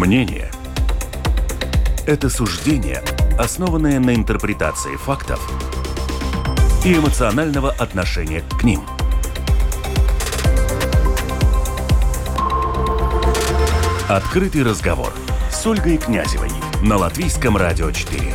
Мнение – это суждение, основанное на интерпретации фактов и эмоционального отношения к ним. Открытый разговор с Ольгой Князевой на Латвийском радио 4.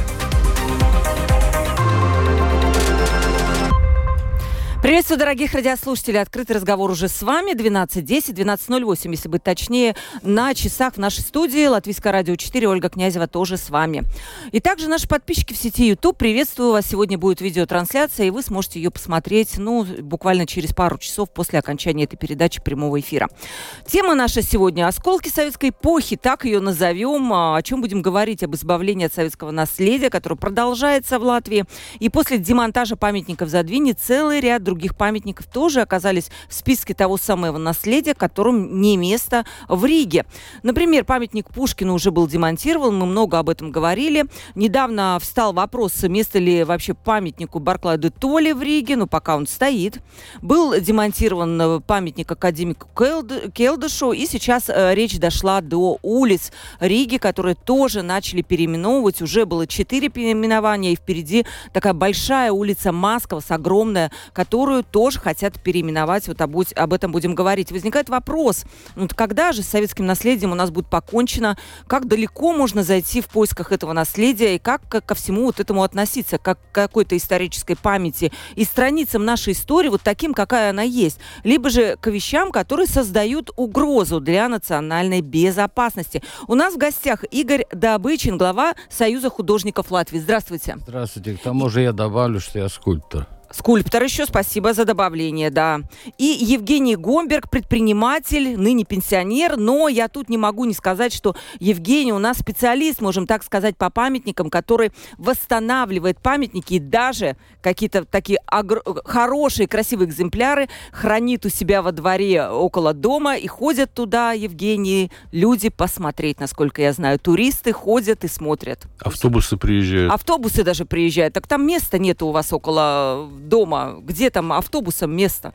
Приветствую, дорогих радиослушателей. Открытый разговор уже с вами. 12:10, 12:08, если быть точнее, на часах в нашей студии. Латвийское радио 4. Ольга Князева тоже с вами. И также наши подписчики в сети YouTube. Приветствую вас. Сегодня будет видеотрансляция, и вы сможете ее посмотреть, буквально через пару часов после окончания этой передачи прямого эфира. Тема наша сегодня – осколки советской эпохи, так ее назовем. О чем будем говорить? Об избавлении от советского наследия, которое продолжается в Латвии. И после демонтажа памятников в Задвине целый ряд других памятников тоже оказались в списке того самого наследия, которым не место в Риге. Например, памятник Пушкину уже был демонтирован, мы много об этом говорили. Недавно встал вопрос, место ли вообще памятнику Барклаю де Толли в Риге, но пока он стоит. Был демонтирован памятник академику Келдышу, и сейчас речь дошла до улиц Риги, которые тоже начали переименовывать. Уже было 4 переименования, и впереди такая большая улица Маскова, огромная, которую тоже хотят переименовать. Вот об этом будем говорить. Возникает вопрос, когда же с советским наследием у нас будет покончено? Как далеко можно зайти в поисках этого наследия? И как ко всему вот этому относиться? Как к какой-то исторической памяти и страницам нашей истории, вот таким, какая она есть? Либо же к вещам, которые создают угрозу для национальной безопасности. У нас в гостях Игорь Добычин, глава Союза художников Латвии. Здравствуйте. Здравствуйте. К тому же я добавлю, что я скульптор. Скульптор еще, спасибо за добавление, да. И Евгений Гомберг, предприниматель, ныне пенсионер, но я тут не могу не сказать, что Евгений у нас специалист, можем так сказать, по памятникам, который восстанавливает памятники и даже какие-то такие хорошие, красивые экземпляры хранит у себя во дворе около дома, и ходят туда, Евгений, люди посмотреть, насколько я знаю, туристы ходят и смотрят. Автобусы приезжают. Автобусы даже приезжают. Так там места нету у вас около дома, где там автобусом место?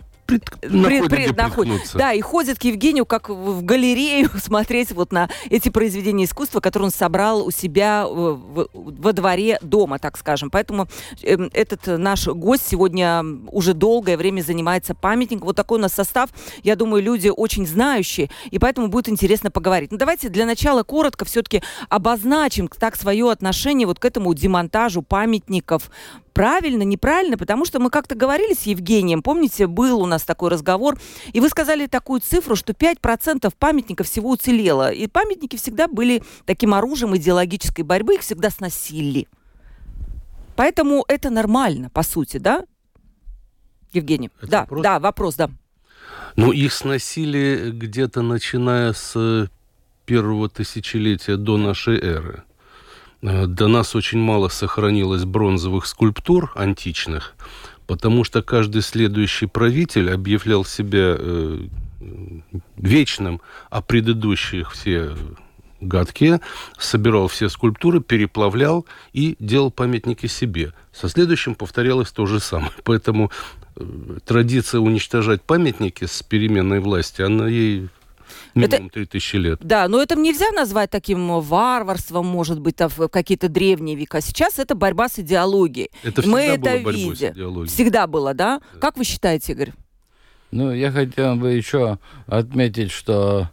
Да, и ходят к Евгению как в галерею смотреть вот на эти произведения искусства, которые он собрал у себя во дворе дома, так скажем. Поэтому этот наш гость сегодня уже долгое время занимается памятником. Вот такой у нас состав. Я думаю, люди очень знающие, и поэтому будет интересно поговорить. Но давайте для начала коротко все-таки обозначим так свое отношение вот к этому демонтажу памятников. Правильно, неправильно, потому что мы как-то говорили с Евгением, помните, был у нас такой разговор, и вы сказали такую цифру, что 5% памятников всего уцелело. И памятники всегда были таким оружием идеологической борьбы, их всегда сносили. Поэтому это нормально, по сути, да, Евгений? Да, вопрос, да. Их сносили где-то начиная с первого тысячелетия до нашей эры. До нас очень мало сохранилось бронзовых скульптур античных, потому что каждый следующий правитель объявлял себя вечным, а предыдущие все гадкие, собирал все скульптуры, переплавлял и делал памятники себе. Со следующим повторялось то же самое. Поэтому традиция уничтожать памятники с переменной власти, она ей... Минимум 3000 лет. Да, но это нельзя назвать таким варварством, может быть, в какие-то древние века. Сейчас это борьба с идеологией. Это всегда было борьбой с идеологией. Всегда было, да? Как вы считаете, Игорь? Я хотел бы еще отметить, что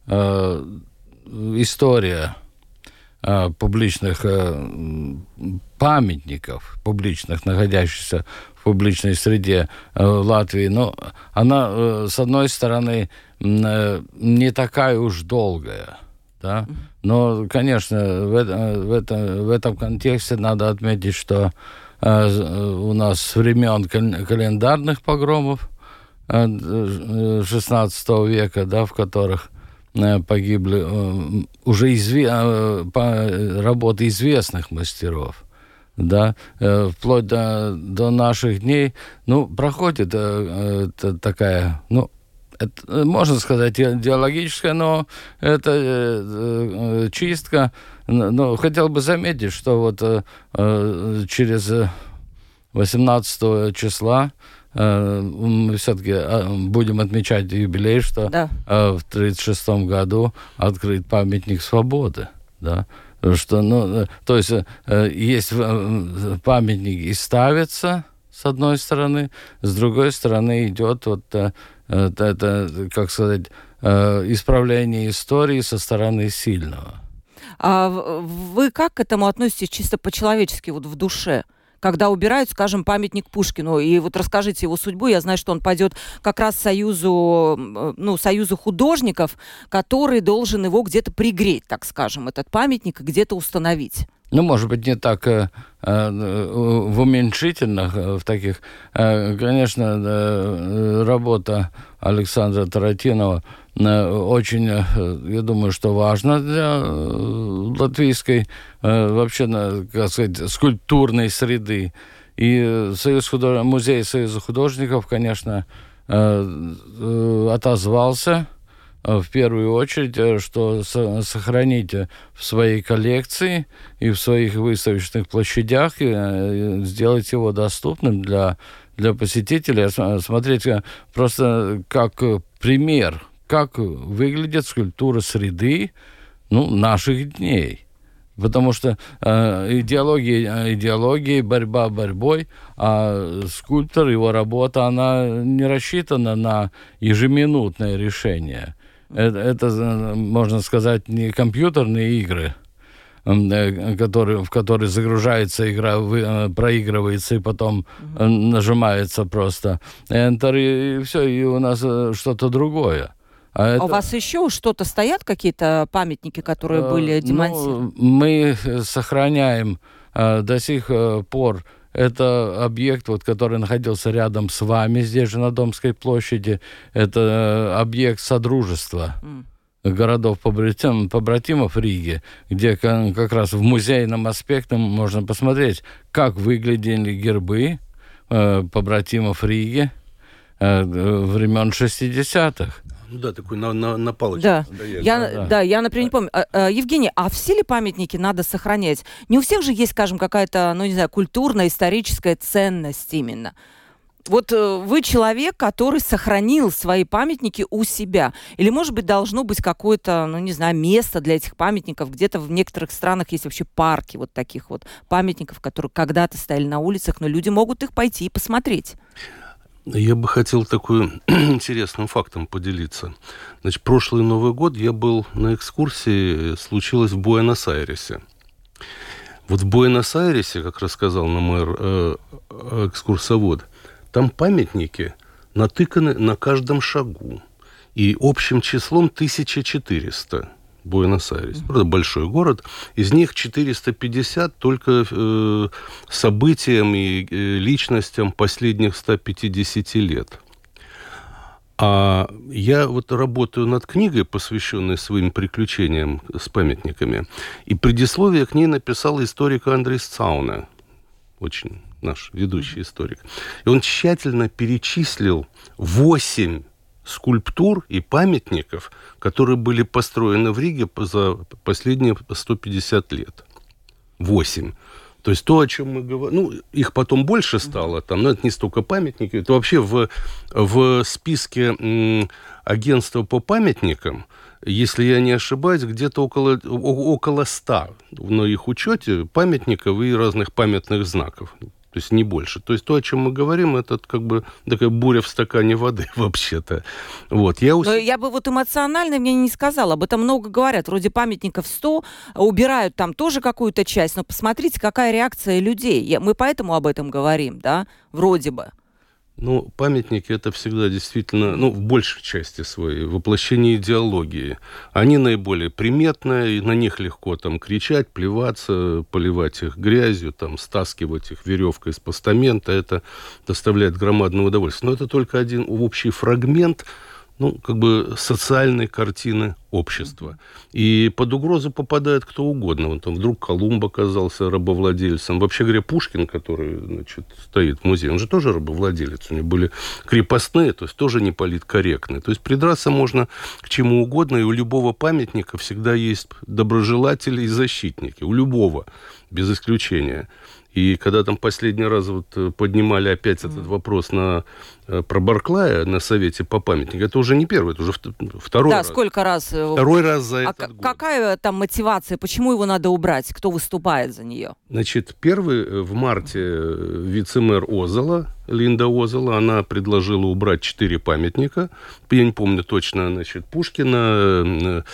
история публичных памятников, публичных, находящихся в публичной среде Латвии, она, с одной стороны, не такая уж долгая, да? Но, конечно, в этом контексте надо отметить, что у нас с времен календарных погромов XVI века, да, в которых погибли уже работы известных мастеров, да, вплоть до наших дней, проходит такая, это, можно сказать, идеологическая, но это чистка. Но хотел бы заметить, что вот через 18 числа мы все-таки будем отмечать юбилей, что в 1936 году открыт памятник свободы, да, что, то есть есть памятник и ставится, с одной стороны, с другой стороны идет это, как сказать, исправление истории со стороны сильного. А вы как к этому относитесь чисто по-человечески, вот в душе? Когда убирают, скажем, памятник Пушкину, и вот расскажите его судьбу, я знаю, что он пойдет как раз союзу художников, который должен его где-то пригреть, так скажем, этот памятник, и где-то установить. Может быть, не так в уменьшительных, в таких. Конечно, работа Александра Таратинова очень, я думаю, что важна для латвийской, вообще, как сказать, скульптурной среды. И музей Союза художников, конечно, отозвался в первую очередь, что сохраните в своей коллекции и в своих выставочных площадях, и сделать его доступным для посетителей. Смотреть просто как пример, как выглядит скульптура среды наших дней. Потому что идеология, борьба борьбой, а скульптор, его работа, она не рассчитана на ежеминутное решение. Это, можно сказать, не компьютерные игры, в которые загружается игра, проигрывается и потом нажимается просто Enter, и все, и у нас что-то другое. У вас еще что-то стоят, какие-то памятники, которые были демонтированы? Мы сохраняем до сих пор. Это объект, который находился рядом с вами, здесь же на Домской площади. Это объект Содружества городов побратимов Риги, где как раз в музейном аспекте можно посмотреть, как выглядели гербы побратимов Риги времен 60-х. Да, такой на палочке. Да. Я, например, не помню. Евгений, а все ли памятники надо сохранять? Не у всех же есть, скажем, какая-то, культурная, историческая ценность именно. Вот вы человек, который сохранил свои памятники у себя. Или, может быть, должно быть какое-то, место для этих памятников. Где-то в некоторых странах есть вообще парки вот таких вот памятников, которые когда-то стояли на улицах, но люди могут их пойти и посмотреть. Я бы хотел таким интересным фактом поделиться. Значит, прошлый Новый год я был на экскурсии, случилось в Буэнос-Айресе. Вот в Буэнос-Айресе, как рассказал нам мэр экскурсовод, там памятники натыканы на каждом шагу. И общим числом 1400. Буэнос-Айрес. Это большой город. Из них 450 только событиям и личностям последних 150 лет. А я работаю над книгой, посвященной своим приключениям с памятниками. И предисловие к ней написал историк Андрис Цауне. Очень наш ведущий историк. И он тщательно перечислил 8 скульптур и памятников, которые были построены в Риге за последние 150 лет. 8. То есть то, о чем мы говорим, их потом больше стало, но это не столько памятники, это вообще в списке агентства по памятникам, если я не ошибаюсь, где-то около 100 на их учете памятников и разных памятных знаков. То есть не больше. То есть то, о чем мы говорим, это такая буря в стакане воды вообще-то. Но я бы эмоционально мне не сказала. Об этом много говорят. Вроде памятников 100, убирают там тоже какую-то часть. Но посмотрите, какая реакция людей. Мы поэтому об этом говорим, да? Вроде бы. Памятники – это всегда действительно, в большей части своей, воплощение идеологии. Они наиболее приметные, и на них легко кричать, плеваться, поливать их грязью, стаскивать их веревкой с постамента. Это доставляет громадное удовольствие. Но это только один общий фрагмент социальной картины общества. И под угрозу попадает кто угодно. Вдруг Колумб оказался рабовладельцем. Вообще говоря, Пушкин, который, стоит в музее, он же тоже рабовладелец. У него были крепостные, то есть тоже не политкорректные. То есть придраться можно к чему угодно, и у любого памятника всегда есть доброжелатели и защитники. У любого, без исключения. И когда там последний раз поднимали опять этот вопрос про Барклая на Совете по памятнику, это уже не первый, это уже второй раз. Да, сколько раз? Второй раз за этот год. Какая там мотивация? Почему его надо убрать? Кто выступает за нее? Значит, первый в марте вице-мэр Озола, Линда Озола, она предложила убрать 4 памятника. Я не помню точно, значит, Пушкина,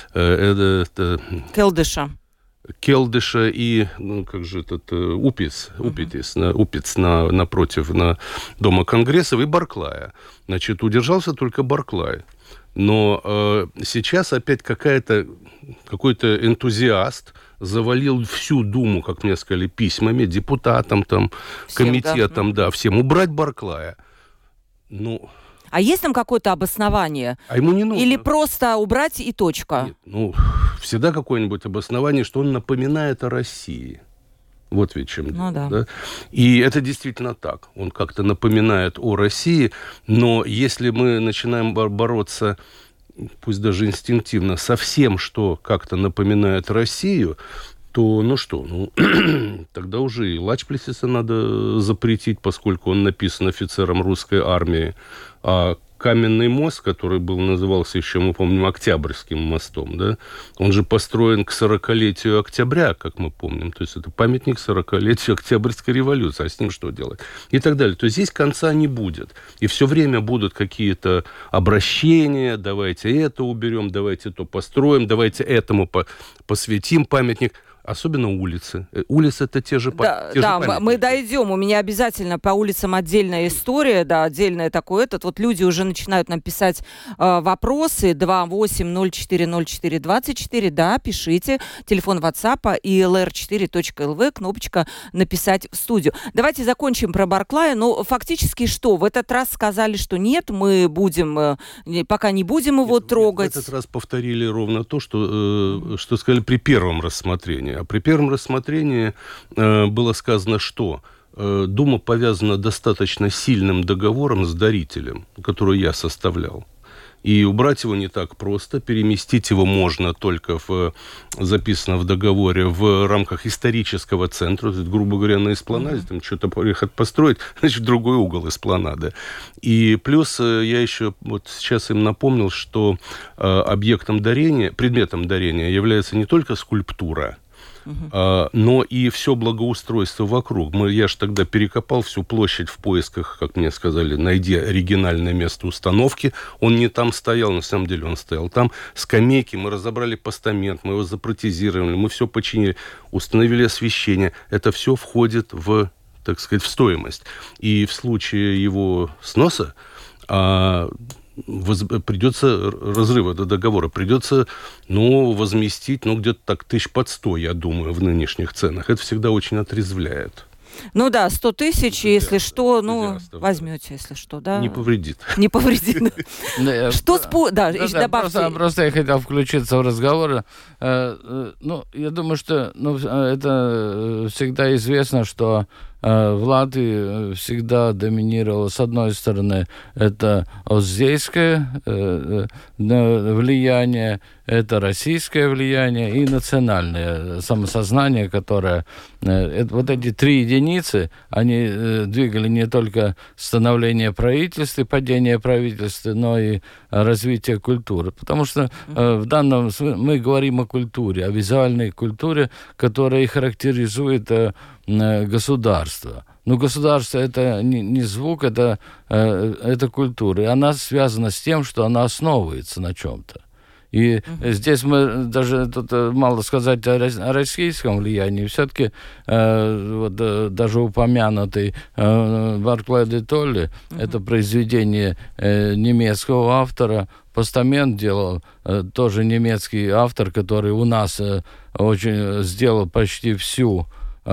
Келдыша и, Упиц напротив Дома Конгрессов и Барклая. Значит, удержался только Барклай. Но сейчас опять какой-то энтузиаст завалил всю Думу, как мне сказали, письмами, депутатам, там, всем, комитетам, всем убрать Барклая. А есть там какое-то обоснование? А ему не нужно. Или просто убрать и точка? Нет, всегда какое-нибудь обоснование, что он напоминает о России. Вот ведь чем дело. Да? И это действительно так. Он как-то напоминает о России, но если мы начинаем бороться, пусть даже инстинктивно, со всем, что как-то напоминает Россию, то, тогда уже и Лачплесиса надо запретить, поскольку он написан офицером русской армии. А Каменный мост, который назывался еще, мы помним, Октябрьским мостом, да, он же построен к 40-летию октября, как мы помним. То есть это памятник 40-летию Октябрьской революции. А с ним что делать? И так далее. То есть здесь конца не будет. И все время будут какие-то обращения. Давайте это уберем, давайте то построим, давайте этому посвятим памятник. Особенно улицы. Улицы — это те же памятники. Да, мы дойдем. У меня обязательно по улицам отдельная история, отдельная такой Вот люди уже начинают нам писать вопросы. 28040424. Пишите. Телефон WhatsApp и lr4.lv, кнопочка «Написать в студию». Давайте закончим про Барклая. Фактически что? В этот раз сказали, что нет, мы пока не будем его трогать. В этот раз повторили ровно то, что сказали при первом рассмотрении. А при первом рассмотрении было сказано, что Дума повязана достаточно сильным договором с дарителем, который я составлял. И убрать его не так просто. Переместить его можно только записано в договоре в рамках исторического центра. Грубо говоря, на эспланаде там что-то построить, значит, в другой угол эспланады. И плюс я еще сейчас им напомнил, что предметом дарения является не только скульптура, но и все благоустройство вокруг. Я же тогда перекопал всю площадь в поисках, как мне сказали, найди оригинальное место установки. Он не там стоял, на самом деле он стоял там. Скамейки, мы разобрали постамент, мы его запротезировали, мы все починили, установили освещение. Это все входит в стоимость. И в случае его сноса придется разрыва договора, придется, возместить, где-то так 100 я думаю, в нынешних ценах. Это всегда очень отрезвляет. 100 тысяч, если что, возьмете, если что, да? Не повредит. Не повредит. Что добавьте. Просто я хотел включиться в разговор. Я думаю, что это всегда известно, что в Латвии всегда доминировало, с одной стороны, это оздейское влияние, это российское влияние и национальное самосознание, которое... эти 3 единицы, они двигали не только становление правительства, падение правительства, но и развитие культуры. Потому что в данном смысле мы говорим о культуре, о визуальной культуре, которая и характеризует государство. Государство — это не звук, это культура. И она связана с тем, что она основывается на чем-то. И здесь мы даже тут мало сказать о российском влиянии. Все-таки даже упомянутый Барклай де Толли, это произведение немецкого автора. Постамент делал тоже немецкий автор, который у нас сделал почти всю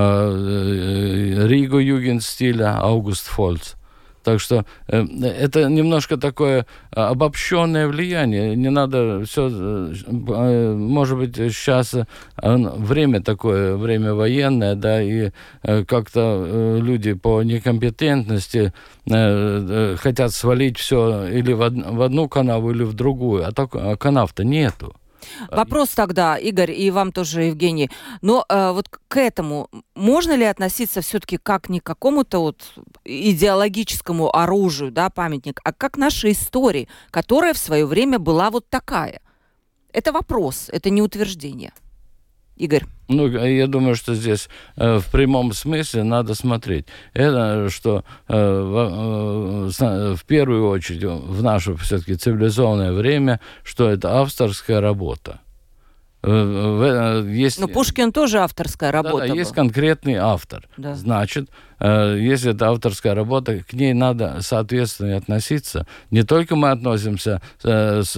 Ригу югенстиля, Аугуст Фольц. Так что это немножко такое обобщенное влияние. Не надо все... Может быть, сейчас время такое, время военное, и как-то люди по некомпетентности хотят свалить все или в одну канаву, или в другую. А канав-то нету. Вопрос тогда, Игорь, и вам тоже, Евгений. Но вот к этому можно ли относиться все-таки как не к какому-то вот идеологическому оружию, да, памятник, а как к нашей истории, которая в свое время была вот такая? Это вопрос, это не утверждение. Игорь. Ну, я думаю, что здесь в прямом смысле надо смотреть. Это, что в первую очередь в наше все-таки цивилизованное время, что это авторская работа. Есть... Но Пушкин тоже авторская работа. Да, есть конкретный автор. Да. Значит, если это авторская работа, к ней надо соответственно относиться. Не только мы относимся с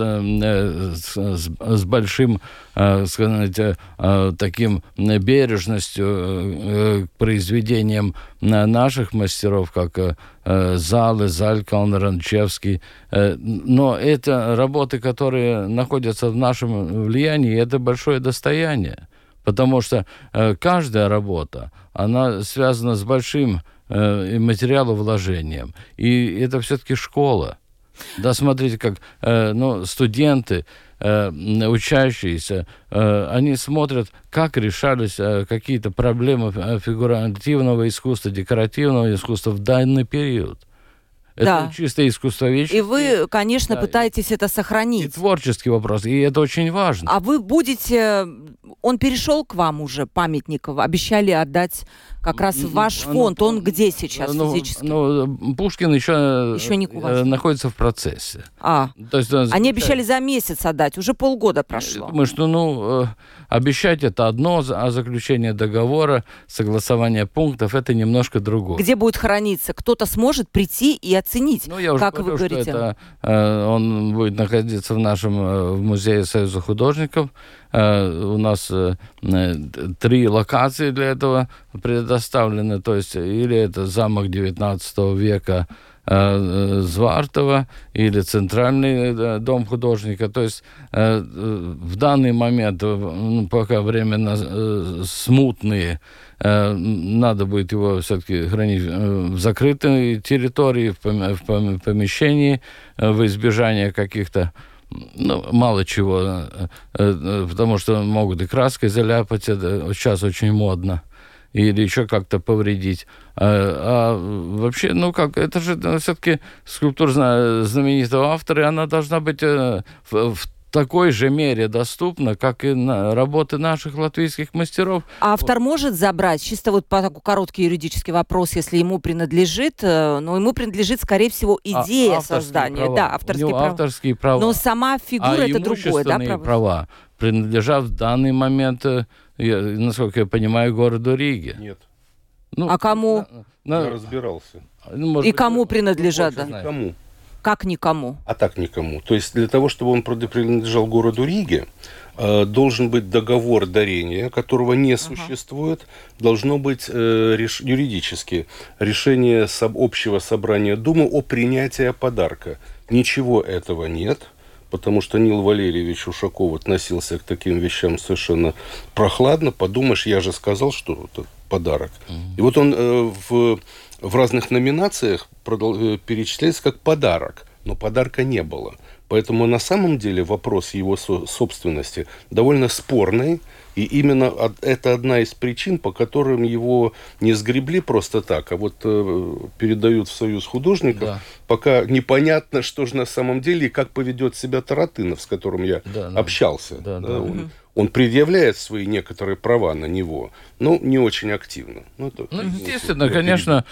большим, сказать, таким бережностью к произведениям наших мастеров, как Залы, Залькалн, Ранчевский. Но это работы, которые находятся в нашем влиянии, это большое достояние. Потому что каждая работа, она связана с большим материаловложением. И это все-таки школа. Да, смотрите, как студенты, учащиеся, они смотрят, как решались какие-то проблемы фигуративного искусства, декоративного искусства в данный период. Это чисто искусствоведческий. И вы, конечно, пытаетесь это сохранить. И творческий вопрос, и это очень важно. А вы будете... Он перешел к вам уже, памятников, обещали отдать как раз в ваш фонд. Он где сейчас физически? Пушкин еще не у вас. Находится в процессе. То есть, они обещали за месяц отдать, уже полгода прошло. Я думаю, что обещать это одно, а заключение договора, согласование пунктов, это немножко другое. Где будет храниться? Кто-то сможет прийти и оценить, я уже как говорю, вы говорите. Что это, он будет находиться в нашем в Музее Союза художников. У нас 3 локации для этого предоставлены. То есть или это замок 19 века Звартова, или Центральный дом художника. То есть в данный момент, пока временно смутные, надо будет его все-таки хранить в закрытой территории, в помещении, в избежание каких-то мало чего, потому что могут и краской заляпать, это сейчас очень модно, или еще как-то повредить. А вообще, это же все-таки скульптура знаменитого автора, и она должна быть в такой же мере доступна, как и работы наших латвийских мастеров. А автор может забрать, чисто вот по такой короткий юридический вопрос, если ему принадлежит, но ему принадлежит, скорее всего, идея создания. Права. Да, авторские права. Но сама фигура это другое, да? Права принадлежат в данный момент, насколько я понимаю, городу Риге. Нет. А кому? Я разбирался. И кому принадлежат? Никому. Как никому? А так никому. То есть для того, чтобы он принадлежал городу Риге, должен быть договор дарения, которого не существует. Должно быть юридически решение общего собрания Думы о принятии подарка. Ничего этого нет, потому что Нил Валерьевич Ушаков относился к таким вещам совершенно прохладно. Подумаешь, я же сказал, что это подарок. И вот он в разных номинациях перечисляется как подарок, но подарка не было. Поэтому на самом деле вопрос его собственности довольно спорный, и именно это одна из причин, по которым его не сгребли просто так, а вот передают в Союз художников, пока непонятно, что же на самом деле и как поведет себя Таратынов, с которым я общался. Он предъявляет свои некоторые права на него, но не очень активно. Естественно, конечно,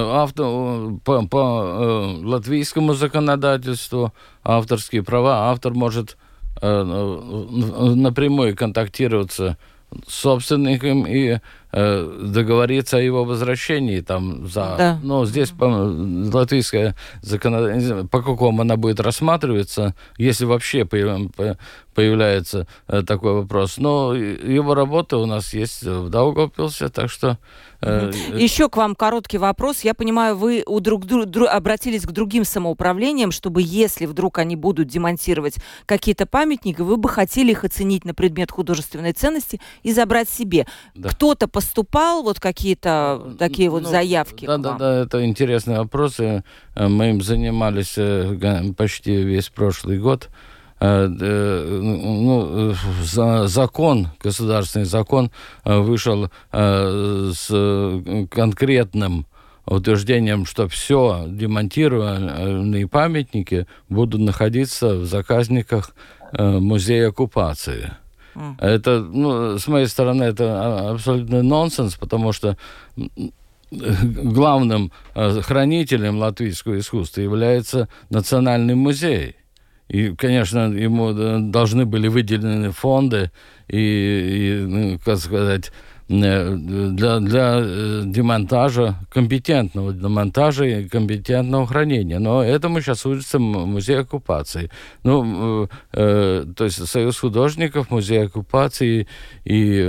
по латвийскому законодательству авторские права, автор может напрямую контактироваться с собственником и договориться о его возвращении. Но здесь латвийское законодательство, по какому она будет рассматриваться, если вообще появляется такой вопрос. Но его работа у нас есть в Даугавпилсе, так что... Еще к вам короткий вопрос. Я понимаю, вы обратились к другим самоуправлениям, чтобы если вдруг они будут демонтировать какие-то памятники, вы бы хотели их оценить на предмет художественной ценности и забрать себе. Да. Кто-то поступал, вот какие-то такие вот заявки? Да, это интересный вопрос. Мы им занимались почти весь прошлый год. закон, государственный закон вышел с конкретным утверждением, что все демонтированные памятники будут находиться в заказниках музея оккупации. Это, с моей стороны, это абсолютно нонсенс, потому что главным хранителем латвийского искусства является Национальный музей. И, конечно, ему должны были выделены фонды и как сказать, для демонтажа, компетентного демонтажа и компетентного хранения. Но этому сейчас учится музей оккупации. То есть Союз художников, музей оккупации и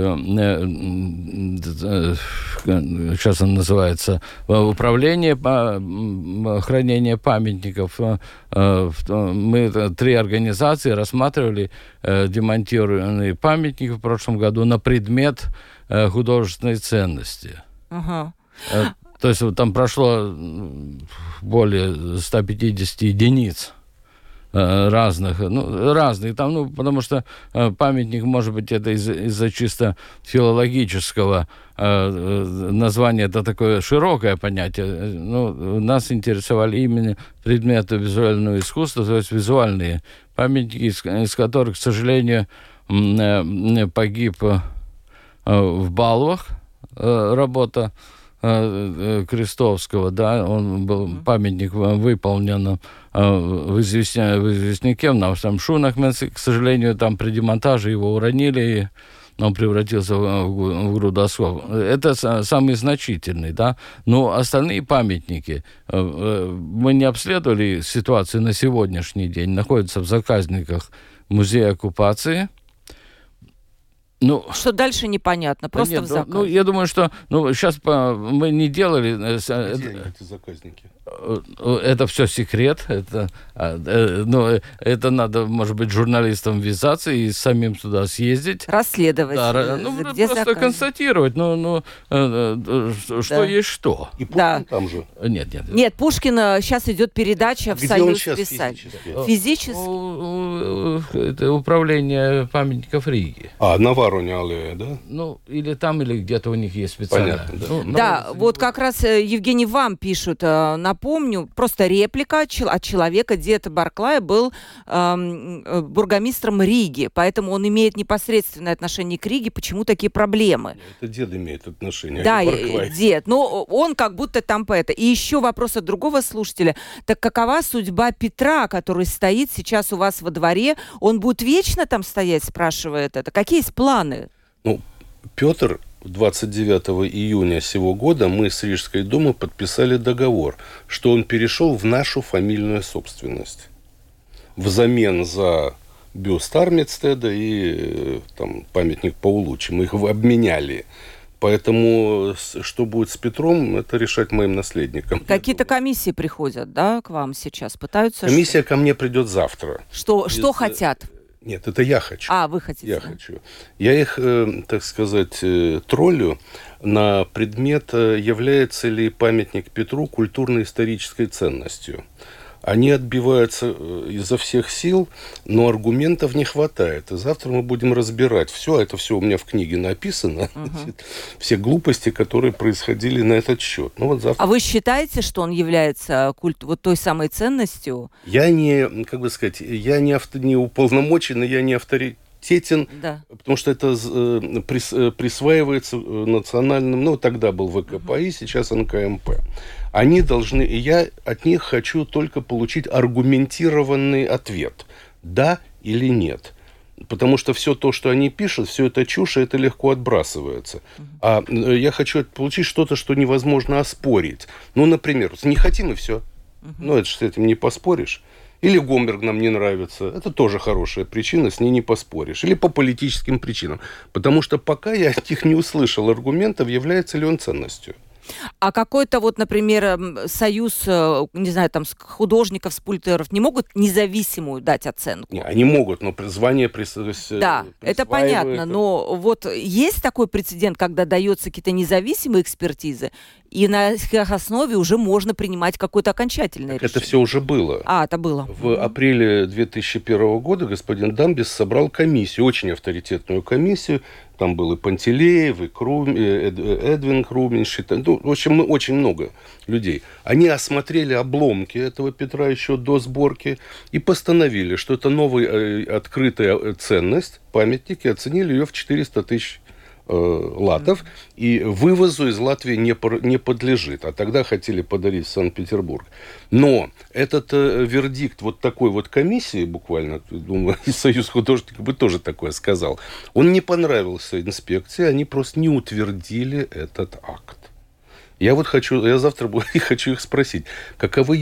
сейчас он называется Управление хранения памятников. Мы 3 организации рассматривали демонтированные памятники в прошлом году на предмет художественной ценности. Ага. То есть там прошло более 150 единиц разных, там, потому что памятник, может быть, это из-за чисто филологического названия, это такое широкое понятие. Нас интересовали именно предметы визуального искусства, то есть визуальные памятники, из которых, к сожалению, погиб в Балвах работа Крестовского, да, он был, памятник выполнен в Известняке, в нашем Шунахменце, к сожалению, там при демонтаже его уронили, и он превратился в груду осколков. Это самый значительный, да, но остальные памятники, мы не обследовали ситуацию на сегодняшний день, находятся в заказниках музея оккупации. Что дальше непонятно, просто в заказе. Я думаю, что сейчас мы не делали... Где эти заказники? Это все секрет. Это надо, может быть, журналистам ввязаться и самим туда съездить. Расследовать. Да, где просто заказы? Констатировать, что есть что. И Пушкин там же? Нет. Нет, Пушкина сейчас идет передача в Союз писателей. Физически? Это управление памятников Риги. На Варуне аллея, да? Или там, или где-то у них есть специально. Понятно, да. Вот как раз, Евгений, вам пишут, напомню, просто реплика от человека, дед Барклая был бургомистром Риги, поэтому он имеет непосредственное отношение к Риге. Почему такие проблемы? Это дед имеет отношение. Да, дед. Но он как будто там поэт. И еще вопрос от другого слушателя. Так какова судьба Петра, который стоит сейчас у вас во дворе? Он будет вечно там стоять, спрашивает это. Какие есть планы? Петр 29 июня сего года мы с Рижской думой подписали договор, что он перешел в нашу фамильную собственность. Взамен за бюст Армитстеда и памятник Паулуччи. Мы их обменяли. Поэтому, что будет с Петром, это решать моим наследникам. Какие-то комиссии приходят, да, к вам сейчас? Пытаются... Комиссия ко мне придет завтра. Что хотят? Нет, это я хочу. Вы хотите? Я хочу. Я их, так сказать, троллю на предмет, является ли памятник Петру культурно-исторической ценностью. Они отбиваются изо всех сил, но аргументов не хватает. И завтра мы будем разбирать все. Это все у меня в книге написано. Все глупости, которые происходили на этот счет. Завтра... А вы считаете, что он является той самой ценностью? Я не уполномоченный, я не авторитетен, потому что это присваивается национальным, тогда был ВКПИ, сейчас НКМП. Они должны, и я от них хочу только получить аргументированный ответ, да или нет. Потому что все то, что они пишут, все это чушь, это легко отбрасывается. А я хочу получить что-то, что невозможно оспорить. Например, не хотим и все. Это же с этим не поспоришь. Или Гомберг нам не нравится. Это тоже хорошая причина, с ней не поспоришь. Или по политическим причинам. Потому что пока я от них не услышал аргументов, является ли он ценностью. А какой-то вот, например, союз, не знаю, там, художников, скульпторов не могут независимую дать оценку? Не, они могут, но звание Да, это понятно, но вот есть такой прецедент, когда дается какие-то независимые экспертизы, и на их основе уже можно принимать какое-то окончательное решение. Это все уже было. Это было. В апреле 2001 года господин Дамбис собрал комиссию, очень авторитетную комиссию. Там был и Пантелеев, и Эдвин Круминши, в общем, очень много людей. Они осмотрели обломки этого Петра еще до сборки и постановили, что это новая открытая ценность, памятники, оценили ее в 400 тысяч латов, и вывозу из Латвии не подлежит. А тогда хотели подарить в Санкт-Петербург. Но этот вердикт вот такой вот комиссии, буквально, думаю, и Союз художников бы тоже такое сказал, он не понравился инспекции, они просто не утвердили этот акт. Я завтра хочу их спросить, каковы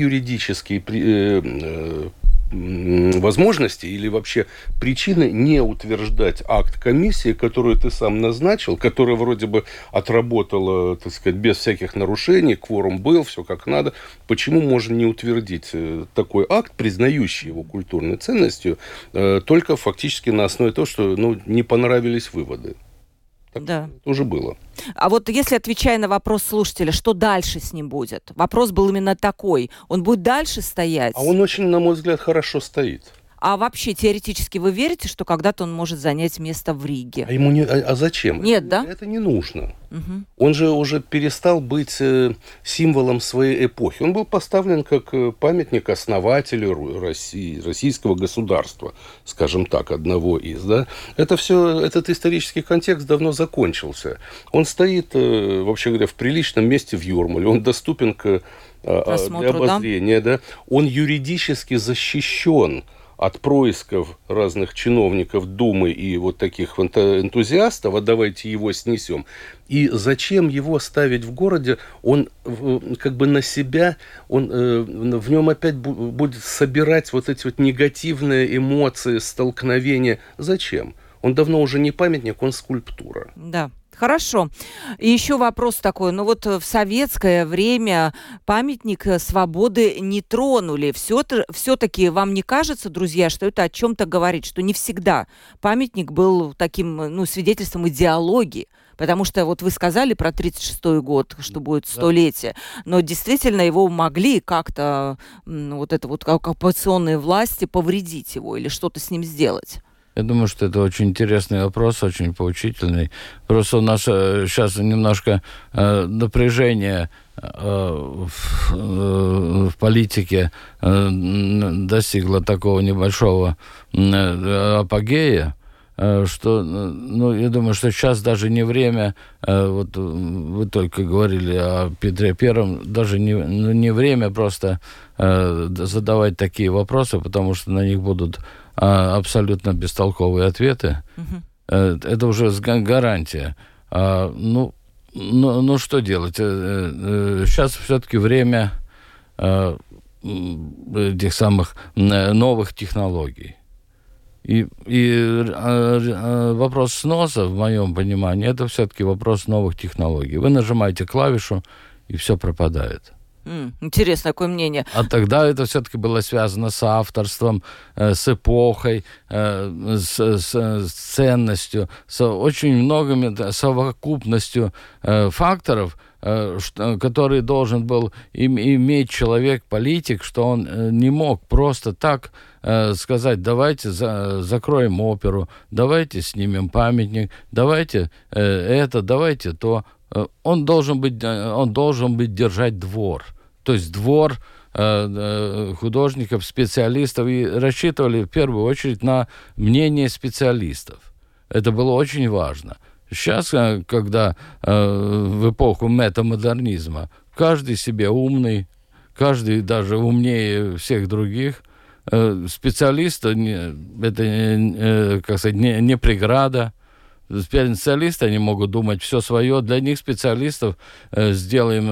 юридические возможности или вообще причины не утверждать акт комиссии, которую ты сам назначил, которая вроде бы отработала, так сказать, без всяких нарушений, кворум был, все как надо. Почему можно не утвердить такой акт, признающий его культурной ценностью, только фактически на основе того, что не понравились выводы? Так да. Это уже было. А вот если, отвечая на вопрос слушателя, что дальше с ним будет? Вопрос был именно такой. Он будет дальше стоять? А он очень, на мой взгляд, хорошо стоит. А вообще, теоретически, вы верите, что когда-то он может занять место в Риге? А ему не... А зачем? Нет, да? Это не нужно. Угу. Он же уже перестал быть символом своей эпохи. Он был поставлен как памятник основателю России, российского государства, скажем так, одного из. Да? Этот исторический контекст давно закончился. Он стоит, вообще говоря, в приличном месте в Юрмале. Он доступен для обозрения. Да? Он юридически защищен от происков разных чиновников Думы и вот таких энтузиастов, а давайте его снесем. И зачем его ставить в городе? Он как бы на себя, в нем опять будет собирать вот эти вот негативные эмоции, столкновения. Зачем? Он давно уже не памятник, он скульптура. Да. Хорошо. И еще вопрос такой. Вот в советское время памятник свободы не тронули. Все-таки вам не кажется, друзья, что это о чем-то говорит, что не всегда памятник был таким, свидетельством идеологии? Потому что вот вы сказали про 1936 год, что будет столетие, но действительно его могли как-то оккупационные власти повредить его или что-то с ним сделать? Я думаю, что это очень интересный вопрос, очень поучительный. Просто у нас сейчас немножко напряжение в политике достигло такого небольшого апогея, что, я думаю, что сейчас даже не время, вот вы только говорили о Петре Первом, даже не время просто задавать такие вопросы, потому что на них будут абсолютно бестолковые ответы. Это уже гарантия. Что делать? Сейчас все-таки время этих самых новых технологий. И вопрос сноса, в моем понимании, это все-таки вопрос новых технологий. Вы нажимаете клавишу, и все пропадает. Интересное такое мнение. А тогда это все-таки было связано с авторством, с эпохой, с ценностью, с очень многими совокупностью факторов, который должен был иметь человек, политик, что он не мог просто так сказать: давайте закроем оперу, давайте снимем памятник, давайте давайте то. Он должен быть держать двор. То есть двор художников, специалистов. И рассчитывали в первую очередь на мнение специалистов. Это было очень важно. Сейчас, когда в эпоху метамодернизма каждый себе умный, каждый даже умнее всех других, специалист это, не преграда. Специалисты, они могут думать все свое. Для них, специалистов, сделаем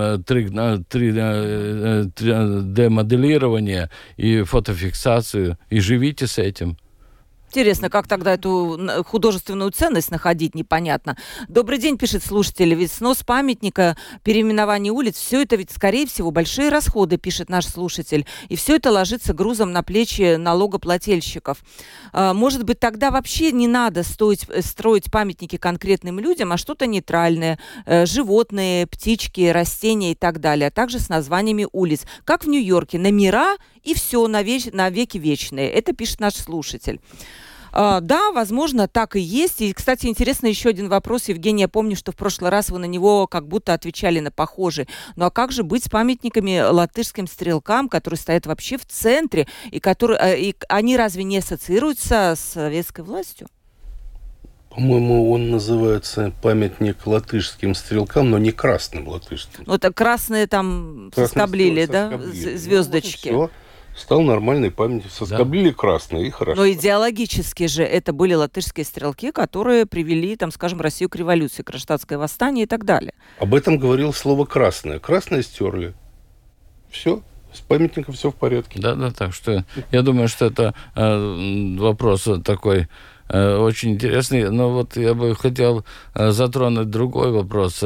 3D-моделирование и фотофиксацию, и живите с этим. Интересно, как тогда эту художественную ценность находить, непонятно. Добрый день, пишет слушатель. Ведь снос памятника, переименование улиц, все это ведь, скорее всего, большие расходы, пишет наш слушатель. И все это ложится грузом на плечи налогоплательщиков. Может быть, тогда вообще не надо строить памятники конкретным людям, а что-то нейтральное. Животные, птички, растения и так далее. А также с названиями улиц. Как в Нью-Йорке. Номера и все на веки вечные. Это пишет наш слушатель. Да, возможно, так и есть. И, кстати, интересно еще один вопрос. Евгений, я помню, что в прошлый раз вы на него как будто отвечали на похожий. Ну а как же быть с памятниками латышским стрелкам, которые стоят вообще в центре, и они разве не ассоциируются с советской властью? По-моему, он называется памятник латышским стрелкам, но не красным латышским. Ну, это красные там соскоблили, да? Звездочки. Ну, вот стал нормальный памятник. Соскоблили красные, и хорошо. Но идеологически же это были латышские стрелки, которые привели, там, скажем, Россию к революции, Кронштадтское восстание и так далее. Об этом говорил слово «красное». Красное стерли. Все. С памятником все в порядке. Да, так что я думаю, что это вопрос такой очень интересный. Но вот я бы хотел затронуть другой вопрос.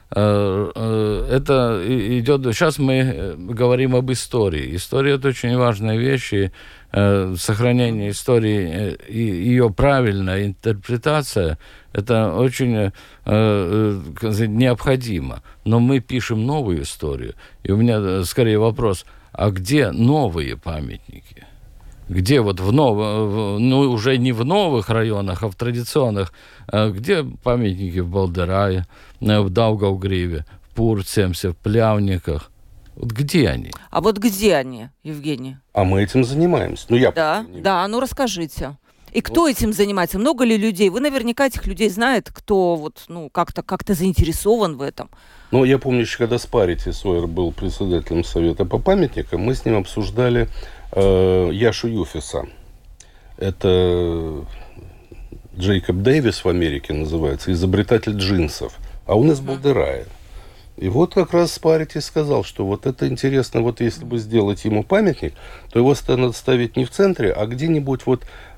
Это идет... Сейчас мы говорим об истории. История – это очень важная вещь, и сохранение истории и ее правильная интерпретация – это очень необходимо. Но мы пишем новую историю. И у меня скорее вопрос, а где новые памятники? Где вот уже не в новых районах, а в традиционных, где памятники в Болдерае, в Даугавгриве, в Пурцемсе, в Плявниках? Вот где они? А вот где они, Евгений? А мы этим занимаемся. Да, ну расскажите. И кто этим занимается? Много ли людей? Вы наверняка этих людей знаете, кто как-то заинтересован в этом. Ну, я помню, еще когда Спарити Сойер был председателем Совета по памятникам, мы с ним обсуждали Яшу Юфиса. Это Джейкоб Дэвис в Америке называется, изобретатель джинсов. А он из Болдерая. И вот как раз Спарити сказал, что вот это интересно, вот если бы сделать ему памятник, то его надо ставить не в центре, а где-нибудь вот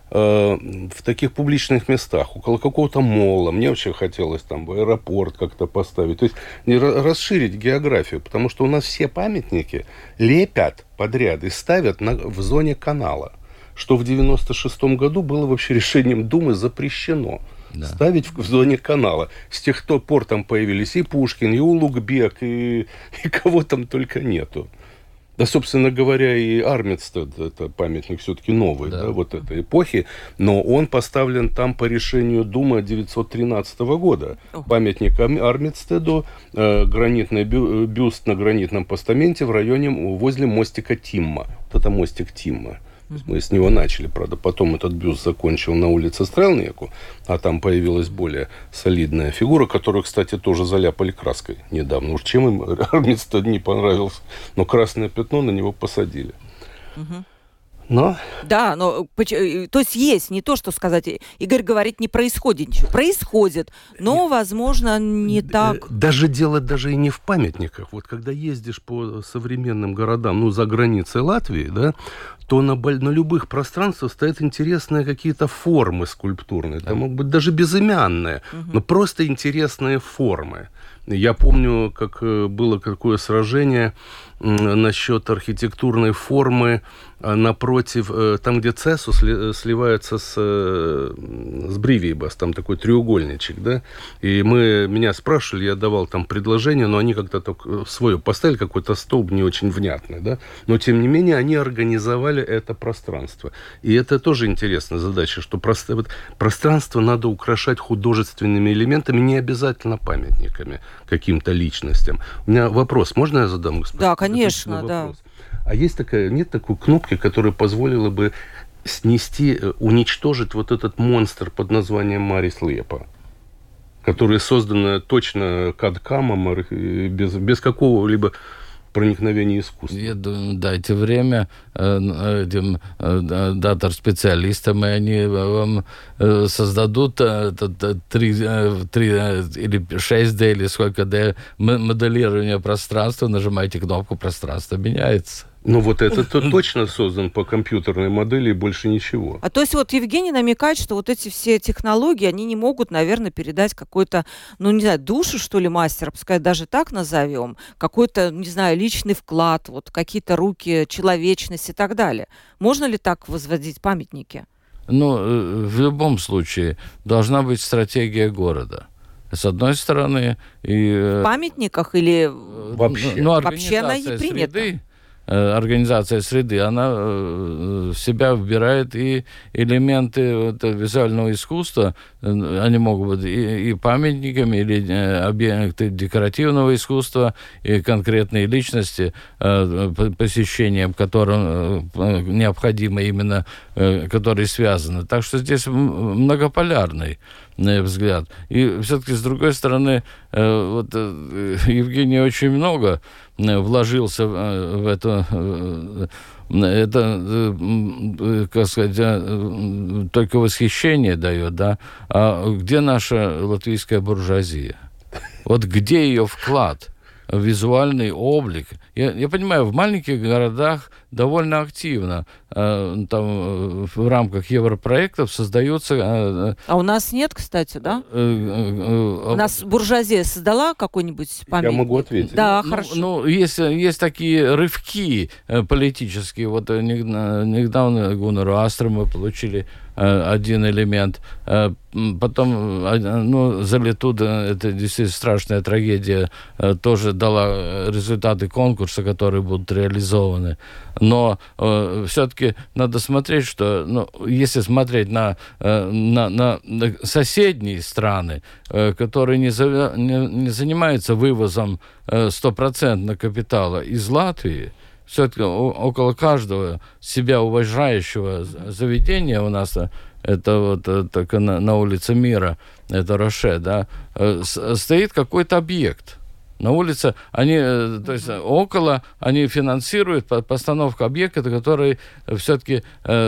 в таких публичных местах, около какого-то мола. Мне вообще хотелось там в аэропорт как-то поставить. То есть расширить географию, потому что у нас все памятники лепят подряд и ставят в зоне канала, что в 96-м году было вообще решением Думы запрещено. Да. Ставить в зоне канала. С тех пор там появились и Пушкин, и Улугбек, и кого там только нету. Да, собственно говоря, и Армидстед, это памятник все-таки новый, да, вот этой эпохи, но он поставлен там по решению Думы 1913 года. Памятник Армидстеду, гранитный бюст на гранитном постаменте в районе, возле мостика Тимма. Вот это мостик Тимма. Мы с него начали, правда, потом этот бюст закончил на улице Стрелнику, а там появилась более солидная фигура, которую, кстати, тоже заляпали краской недавно. Уж чем им Армидстед не понравился, но красное пятно на него посадили. Но... Да, но то есть не то, что сказать, Игорь говорит, не происходит ничего. Происходит, но, возможно, не так. Дело даже и не в памятниках. Вот когда ездишь по современным городам, за границей Латвии, да, то на любых пространствах стоят интересные какие-то формы скульптурные. Там могут быть даже безымянные, но просто интересные формы. Я помню, как было какое сражение насчет архитектурной формы напротив, там, где Цесу сливается с Бривейбас, там такой треугольничек, да, и меня спрашивали, я давал там предложение, но они как-то только свое поставили, какой-то столб не очень внятный, да, но, тем не менее, они организовали это пространство. И это тоже интересная задача, что пространство надо украшать художественными элементами, не обязательно памятниками каким-то личностям. У меня вопрос, можно я задам, господин? Да, конечно, да. А нет такой кнопки, которая позволила бы уничтожить вот этот монстр под названием Марис Лепа, который создан точно кадкамом, без какого-либо проникновения искусства? Я думаю, дайте время этим датор-специалистам, и они вам создадут 3 или 6D, или сколько D моделирования пространства, нажимаете кнопку, пространство меняется. Ну, вот это точно создан по компьютерной модели и больше ничего. А то есть вот Евгений намекает, что вот эти все технологии, они не могут, наверное, передать какой-то, ну, не знаю, душу, что ли, мастера, пускай даже так назовем, какой-то, не знаю, личный вклад, вот какие-то руки, человечность и так далее. Можно ли так возводить памятники? Ну, в любом случае, должна быть стратегия города. С одной стороны... В памятниках или... Вообще? Ну, вообще она и принята. Организация среды, она в себя вбирает и элементы вот визуального искусства. Они могут быть и памятниками, или объекты декоративного искусства, и конкретные личности, посещением которым необходимо именно, которые связаны. Так что здесь многополярный взгляд. И все-таки, с другой стороны, вот Евгений очень много вложился в это, как сказать, только восхищение дает, да. А где наша латвийская буржуазия? Вот где ее вклад? Визуальный облик. Я понимаю, в маленьких городах довольно активно там в рамках европроектов создаются... А у нас нет, кстати, да? У нас буржуазия создала какой-нибудь памятник? Я могу ответить. Да, хорошо. Ну, есть такие рывки политические. Вот недавно Гуннару Астру мы получили один элемент. Потом, ну, за Литуда, это действительно страшная трагедия, тоже дала результаты конкурса, которые будут реализованы. Но все-таки надо смотреть, что, ну, если смотреть на соседние страны, которые не занимаются вывозом 100% капитала из Латвии, все-таки около каждого себя уважающего заведения у нас, это вот только на улице Мира, это Роше, да, стоит какой-то объект. На улице они, то есть около, они финансируют постановку объекта, который все-таки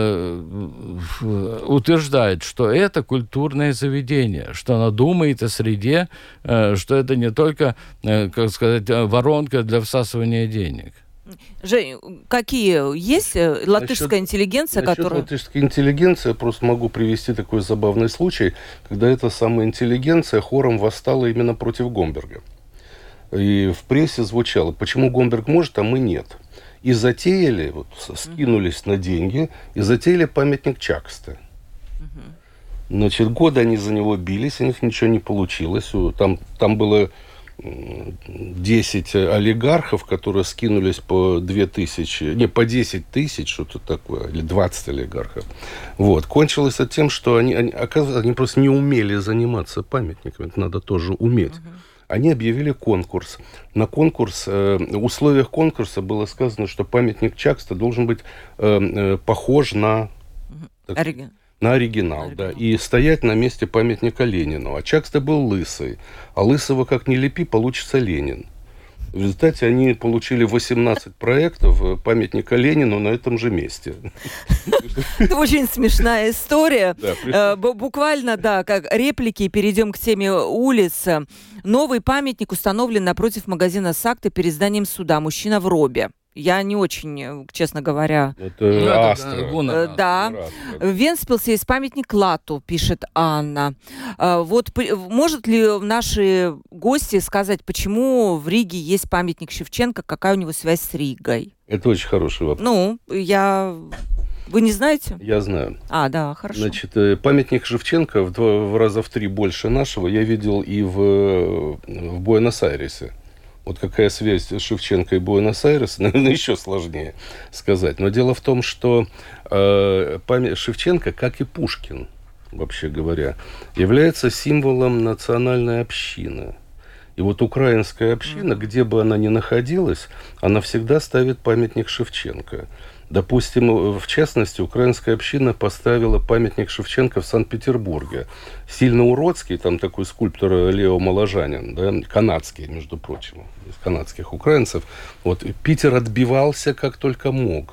утверждает, что это культурное заведение, что оно думает о среде, что это не только, как сказать, воронка для всасывания денег. Жень, какие есть латышская интеллигенция, которая... Латышская интеллигенция, просто могу привести такой забавный случай, когда эта самая интеллигенция хором восстала именно против Гомберга. И в прессе звучало, почему Гомберг может, а мы нет. И затеяли, вот, скинулись на деньги, и затеяли памятник Чаксте. Значит, годы они за него бились, у них ничего не получилось. Там было 10 олигархов, которые скинулись по 10 тысяч, что-то такое, или 20 олигархов. Вот. Кончилось это тем, что они просто не умели заниматься памятниками. Это надо тоже уметь. Они объявили конкурс. На конкурс, в условиях конкурса было сказано, что памятник Чаксте должен быть похож на оригинал, да, и стоять на месте памятника Ленину. А Чаксте был лысый. А лысого как ни лепи, получится Ленин. В результате они получили 18 проектов памятника Ленину на этом же месте. Это очень смешная история. Буквально, да, как реплики. Перейдем к теме улиц. Новый памятник установлен напротив магазина «Сакты» перед зданием суда. Мужчина в робе. Я не очень, честно говоря... Это Астра. Да. В Вентспилсе есть памятник Лату, пишет Анна. Вот может ли наши гости сказать, почему в Риге есть памятник Шевченко, какая у него связь с Ригой? Это очень хороший вопрос. Ну, Вы не знаете? Я знаю. Да, хорошо. Значит, памятник Шевченко в раза в 3 больше нашего я видел и в Буэнос-Айресе. Вот какая связь Шевченко и Буэнос-Айреса, наверное, еще сложнее сказать. Но дело в том, что Шевченко, как и Пушкин, вообще говоря, является символом национальной общины. И вот украинская община, где бы она ни находилась, она всегда ставит памятник Шевченко. Допустим, в частности, украинская община поставила памятник Шевченко в Санкт-Петербурге. Сильно уродский, там такой скульптор Лео Моложанин, да, канадский, между прочим, из канадских украинцев. Вот, Питер отбивался как только мог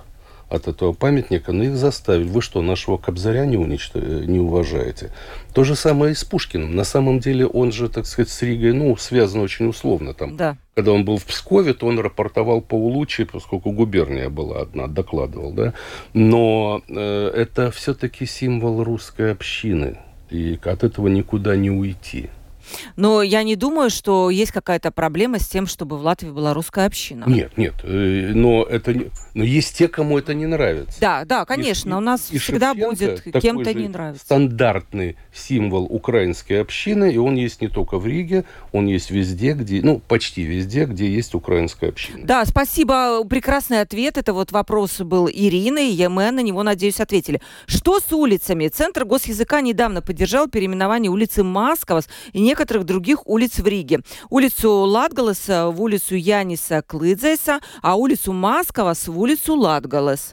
от этого памятника, но их заставили. Вы что, нашего Кобзаря не уважаете? То же самое и с Пушкиным. На самом деле он же, так сказать, с Ригой, связан очень условно. Там, да. Когда он был в Пскове, то он рапортовал по Улучи, поскольку губерния была одна, докладывал, да. Но это все-таки символ русской общины, и от этого никуда не уйти. Но я не думаю, что есть какая-то проблема с тем, чтобы в Латвии была русская община. Нет. Но есть те, кому это не нравится. Да, конечно. У нас всегда будет кем-то не нравится. Стандартный символ украинской общины, и он есть не только в Риге, он есть везде, почти везде, где есть украинская община. Да, спасибо. Прекрасный ответ. Это вот вопрос был Ирины, и мы на него, надеюсь, ответили. Что с улицами? Центр госязыка недавно поддержал переименование улицы Маскавас и некоторых других улиц в Риге. Улицу Латгалеса в улицу Яниса Клыдзеса, а улицу Маскавас в улицу Латгалес.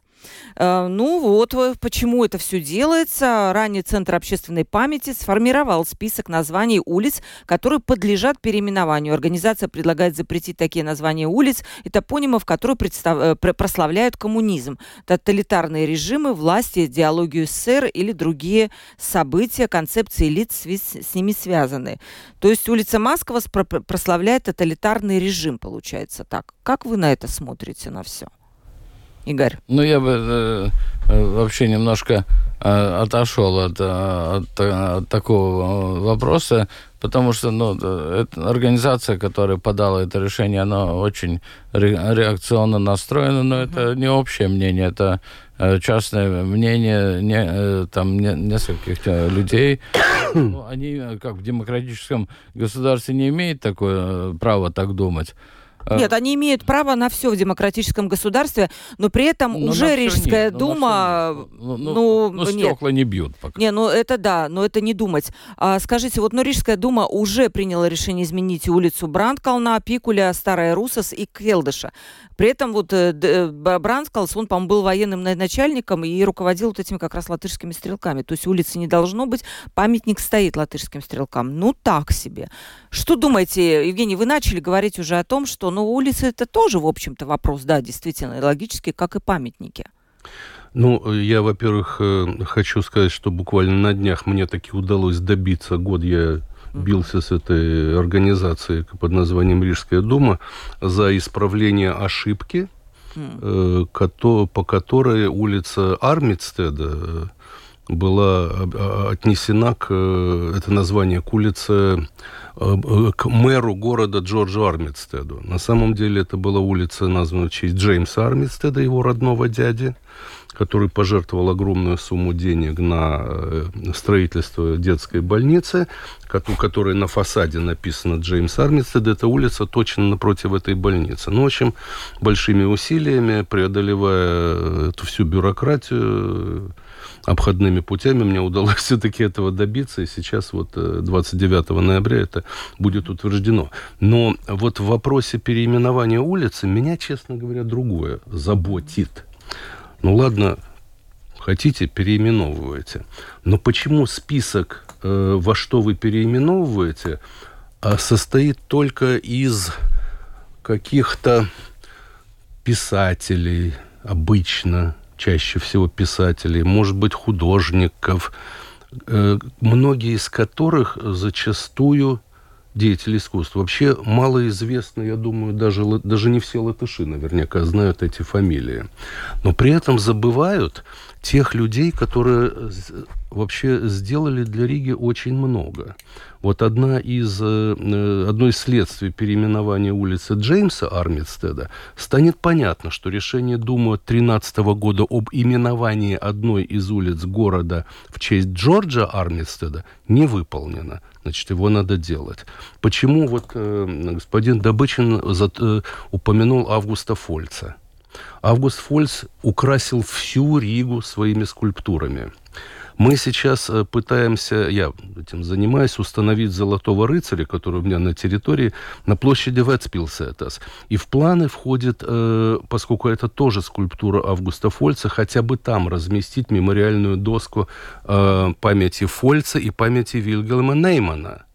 Почему это все делается. Ранее Центр общественной памяти сформировал список названий улиц, которые подлежат переименованию. Организация предлагает запретить такие названия улиц и топонимов, которые прославляют коммунизм, тоталитарные режимы, власти, идеологию СССР или другие события, концепции лиц с ними связаны. То есть улица Маскавас прославляет тоталитарный режим, получается так. Как вы на это смотрите, на все? Игорь. Я бы вообще немножко отошел от такого вопроса, потому что это организация, которая подала это решение, она очень реакционно настроена, но это не общее мнение, это частное мнение нескольких людей. Они, как в демократическом государстве, не имеют такое права так думать. Нет, они имеют право на все в демократическом государстве, но при этом уже Рижская дума... стекла не бьют пока. Это да, но это не думать. Скажите, Рижская дума уже приняла решение изменить улицу Брандкална, Пикуля, Старая Русос и Келдыша. При этом Брандкалс, он, по-моему, был военным начальником и руководил этими как раз латышскими стрелками. То есть улицы не должно быть, памятник стоит латышским стрелкам. Так себе. Что думаете, Евгений, вы начали говорить уже о том, что улицы это тоже, в общем-то, вопрос, да, действительно, логически, как и памятники. Я, во-первых, хочу сказать, что буквально на днях мне таки удалось добиться, я бился с этой организацией под названием Рижская дума за исправление ошибки, по которой улица Армидстеда была отнесена это название к улице, к мэру города Джорджу Армидстеду. На самом деле это была улица, названа в честь Джеймса Армидстеда, его родного дяди, который пожертвовал огромную сумму денег на строительство детской больницы, у которой на фасаде написано Джеймс Армидстед. Эта улица точно напротив этой больницы. В общем, большими усилиями, преодолевая эту всю бюрократию, обходными путями, мне удалось все-таки этого добиться, и сейчас 29 ноября это будет утверждено. Но в вопросе переименования улицы меня, честно говоря, другое заботит. Ладно, хотите, переименовывайте. Но почему список, во что вы переименовываете, состоит только из каких-то писателей, обычно, чаще всего писателей, может быть, художников, многие из которых зачастую деятели искусства. Вообще малоизвестны, я думаю, даже не все латыши наверняка знают эти фамилии. Но при этом забывают тех людей, которые вообще сделали для Риги очень много. Одно из следствий переименования улицы Джеймса Армидстеда станет понятно, что решение Думы 2013 года об именовании одной из улиц города в честь Джорджа Армидстеда не выполнено. Значит, его надо делать. Почему господин Добычин упомянул Августа Фольца? Август Фольц украсил всю Ригу своими скульптурами. Мы сейчас пытаемся, я этим занимаюсь, установить Золотого рыцаря, который у меня на территории, на площади Вецпилсетас. И в планы входит, поскольку это тоже скульптура Августа Фольца, хотя бы там разместить мемориальную доску памяти Фольца и памяти Вильгельма Неймана,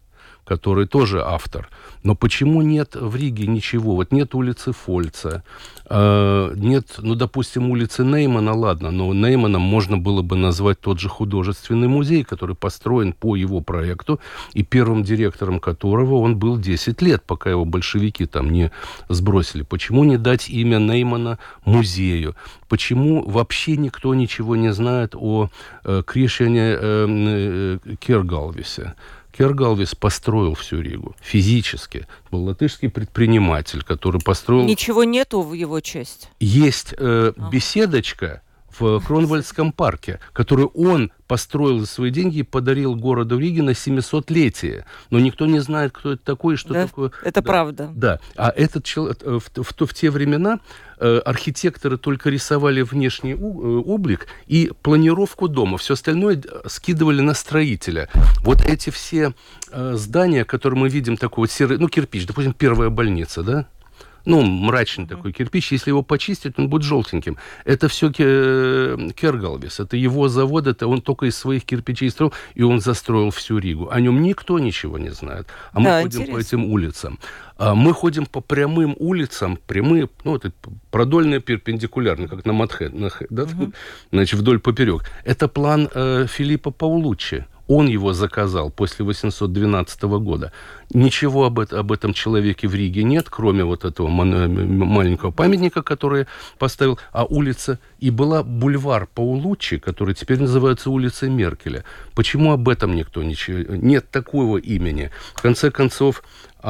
который тоже автор. Но почему нет в Риге ничего? Вот нет улицы Фольца, нет, допустим, улицы Неймана, ладно, но Нейманом можно было бы назвать тот же художественный музей, который построен по его проекту, и первым директором которого он был 10 лет, пока его большевики там не сбросили. Почему не дать имя Неймана музею? Почему вообще никто ничего не знает о Кришьяне Кергалвисе? Кергалвис построил всю Ригу физически. Был латышский предприниматель, который построил... Ничего нету в его честь? Есть беседочка в Кронвальдском парке, которую он построил за свои деньги и подарил городу Риге на 700-летие. Но никто не знает, кто это такой и что такое. Это правда. Да. А этот человек в те времена архитекторы только рисовали внешний облик и планировку дома. Все остальное скидывали на строителя. Вот эти все здания, которые мы видим, такой вот серый, кирпич, допустим, первая больница, да? Мрачный такой кирпич. Если его почистить, он будет желтеньким. Это все Кергалвис. Это его завод. Это он только из своих кирпичей строил. И он застроил всю Ригу. О нем никто ничего не знает. А мы ходим по этим улицам. Мы ходим по прямым улицам. Прямые, это продольные, перпендикулярные, как на Манхэттене. Да? Значит, вдоль поперек. Это план Филиппо Паулуччи. Он его заказал после 812 года. Ничего об этом человеке в Риге нет, кроме вот этого маленького памятника, который поставил. А улица... И была бульвар Паулуччи, который теперь называется улицей Меркеля. Почему об этом никто ничего... Нет такого имени. В конце концов...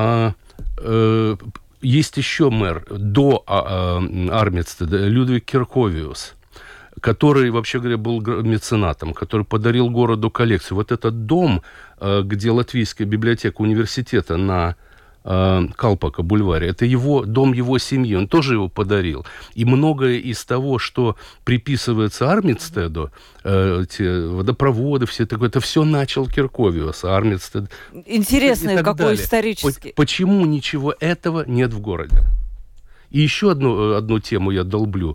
есть еще мэр до Армидстеда, Людвиг Кирковиус, который, вообще говоря, был меценатом, который подарил городу коллекцию. Вот этот дом, где Латвийская библиотека университета на Калпака бульваре, это дом его семьи, он тоже его подарил. И многое из того, что приписывается Армидстеду, эти водопроводы, все такое, это все начал Кирковиус, Армидстед. Интересно, какой исторический. Почему ничего этого нет в городе? И еще одну тему я долблю.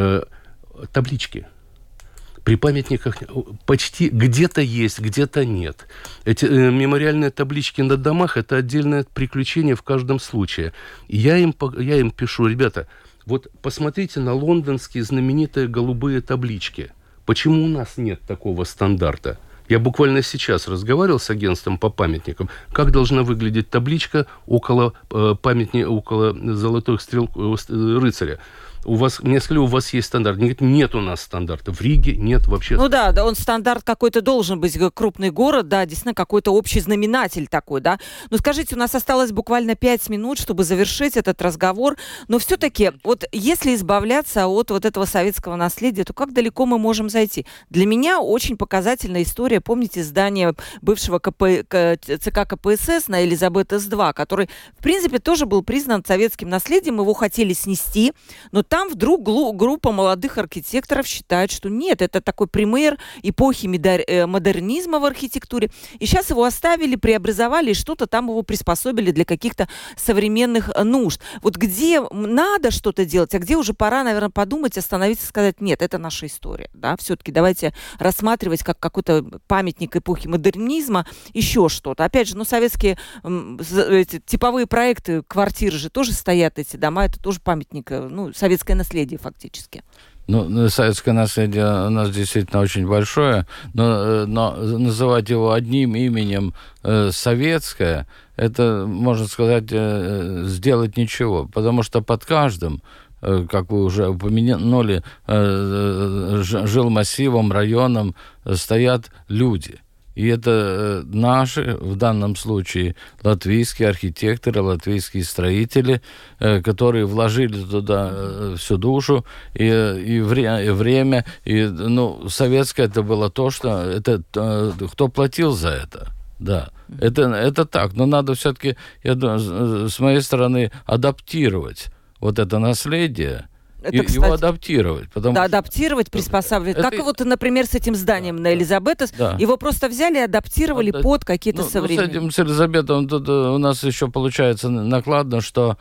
Таблички. При памятниках почти где-то есть, где-то нет. Эти мемориальные таблички на домах – это отдельное приключение в каждом случае. И я им пишу: ребята, вот посмотрите на лондонские знаменитые голубые таблички. Почему у нас нет такого стандарта? Я буквально сейчас разговаривал с агентством по памятникам, как должна выглядеть табличка около памятника, около золотых стрел рыцаря. Мне сказали, у вас есть стандарт. Они говорят, нет у нас стандарта. В Риге нет вообще. Да, он стандарт какой-то должен быть, крупный город, да, действительно какой-то общий знаменатель такой, да. Скажите, у нас осталось буквально 5 минут, чтобы завершить этот разговор, но все-таки, вот если избавляться от вот этого советского наследия, то как далеко мы можем зайти? Для меня очень показательная история, помните, здание бывшего ЦК КПСС на Елизабет-С2, который, в принципе, тоже был признан советским наследием, его хотели снести, но там вдруг группа молодых архитекторов считает, что нет, это такой пример эпохи модернизма в архитектуре. И сейчас его оставили, преобразовали, и что-то там его приспособили для каких-то современных нужд. Вот где надо что-то делать, а где уже пора, наверное, подумать, остановиться и сказать, нет, это наша история. Да? Все-таки давайте рассматривать как какой-то памятник эпохи модернизма, еще что-то. Опять же, советские эти типовые проекты, квартиры же тоже стоят, эти дома, это тоже памятник, советское наследие фактически. Советское наследие у нас действительно очень большое, но называть его одним именем советское, это, можно сказать, сделать ничего, потому что под каждым, как вы уже упомянули, жилмассивом, районом стоят люди. И это наши, в данном случае, латвийские архитекторы, латвийские строители, которые вложили туда всю душу и время. И, советское это было то, что... кто платил за это? Да, это так. Но надо все-таки, я думаю, с моей стороны, адаптировать вот это наследие, его адаптировать. Адаптировать, приспосабливать. Как вот, например, с этим зданием на Елизабетас. Да. Его просто взяли и адаптировали под какие-то современные... С Елизабетом тут у нас еще получается накладно, что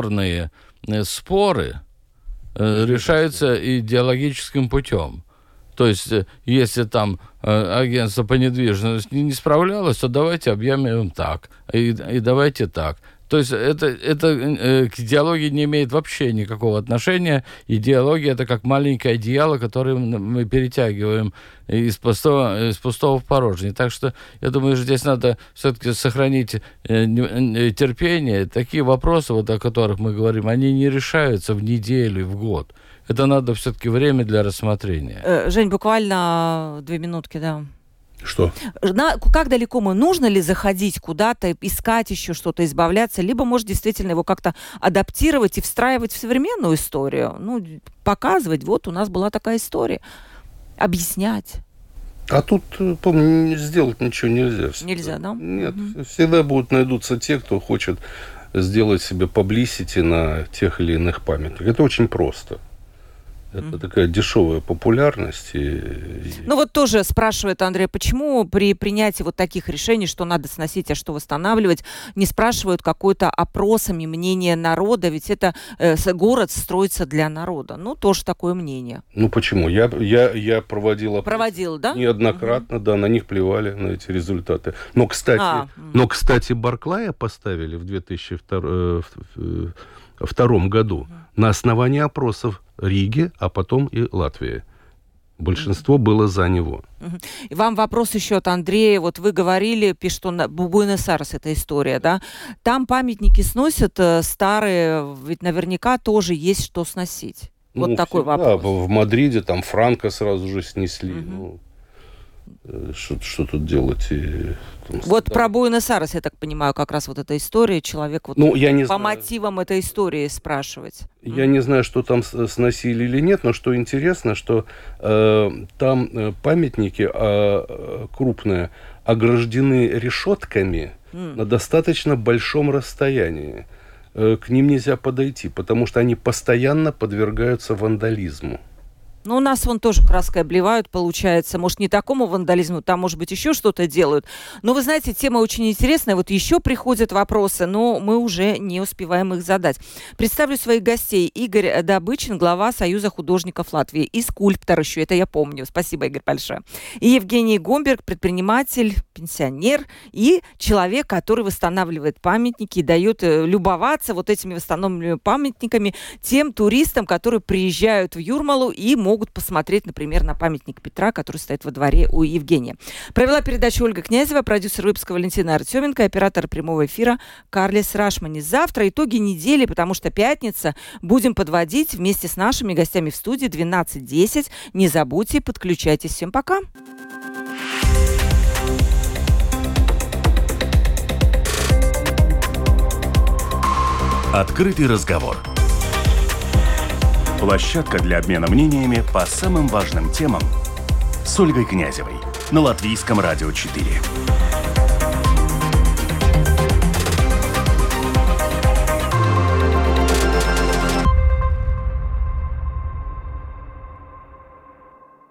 межрессорные споры решаются идеологическим путем. То есть, если там агентство по недвижимости не справлялось, то давайте объявим так, и давайте так. То есть это к идеологии не имеет вообще никакого отношения. Идеология – это как маленькое одеяло, которое мы перетягиваем из пустого в порожнее. Так что, я думаю, что здесь надо все-таки сохранить терпение. Такие вопросы, вот, о которых мы говорим, они не решаются в неделю, в год. Это надо все-таки время для рассмотрения. Жень, буквально 2 минутки, да. Что? Как далеко мы? Нужно ли заходить куда-то, искать еще что-то, избавляться? Либо, может, действительно его как-то адаптировать и встраивать в современную историю? Ну, показывать, вот у нас была такая история. Объяснять. А тут, помню, сделать ничего нельзя. Нельзя, да? Нет, всегда найдутся те, кто хочет сделать себе паблисити на тех или иных памятниках. Это очень просто. Это такая дешевая популярность. Ну вот тоже спрашивает Андрей, почему при принятии вот таких решений, что надо сносить, а что восстанавливать, не спрашивают какой-то опросами мнение народа, ведь это город строится для народа. Ну, тоже такое мнение. Ну, почему? Я проводил опрос. Проводил, да? Неоднократно, да, на них плевали, на эти результаты. Но, кстати, Барклая поставили в 2002 году на основании опросов Риги, а потом и Латвии. Большинство было за него. И вам вопрос еще от Андрея. Вот вы говорили, пишет, что Буэнос-Айрес эта история, да? Там памятники сносят старые, ведь наверняка тоже есть что сносить. Вот такой вопрос. Да, в Мадриде там Франко сразу же снесли. Что тут делать? Вот про Буэнос-Айрес, я так понимаю, как раз вот эта история. Человек вот по мотивам этой истории спрашивать. Я не знаю, что там сносили или нет, но что интересно, что там памятники крупные ограждены решетками на достаточно большом расстоянии. К ним нельзя подойти, потому что они постоянно подвергаются вандализму. Ну, у нас вон тоже краской обливают, получается. Может, не такому вандализму, там, может быть, еще что-то делают. Но, вы знаете, тема очень интересная. Вот еще приходят вопросы, но мы уже не успеваем их задать. Представлю своих гостей. Игорь Добычин, глава Союза художников Латвии. И скульптор еще, это я помню. Спасибо, Игорь, большое. И Евгений Гомберг, предприниматель, пенсионер и человек, который восстанавливает памятники и дает любоваться вот этими восстановленными памятниками тем туристам, которые приезжают в Юрмалу и могут посмотреть, например, на памятник Петра, который стоит во дворе у Евгения. Провела передачу Ольга Князева, продюсер выпуска Валентина Артеменко, оператор прямого эфира Карлис Рашмани. Завтра итоги недели, потому что пятница, будем подводить вместе с нашими гостями в студии 12:10. Не забудьте, подключайтесь. Всем пока! Открытый разговор. Площадка для обмена мнениями по самым важным темам с Ольгой Князевой на Латвийском радио 4.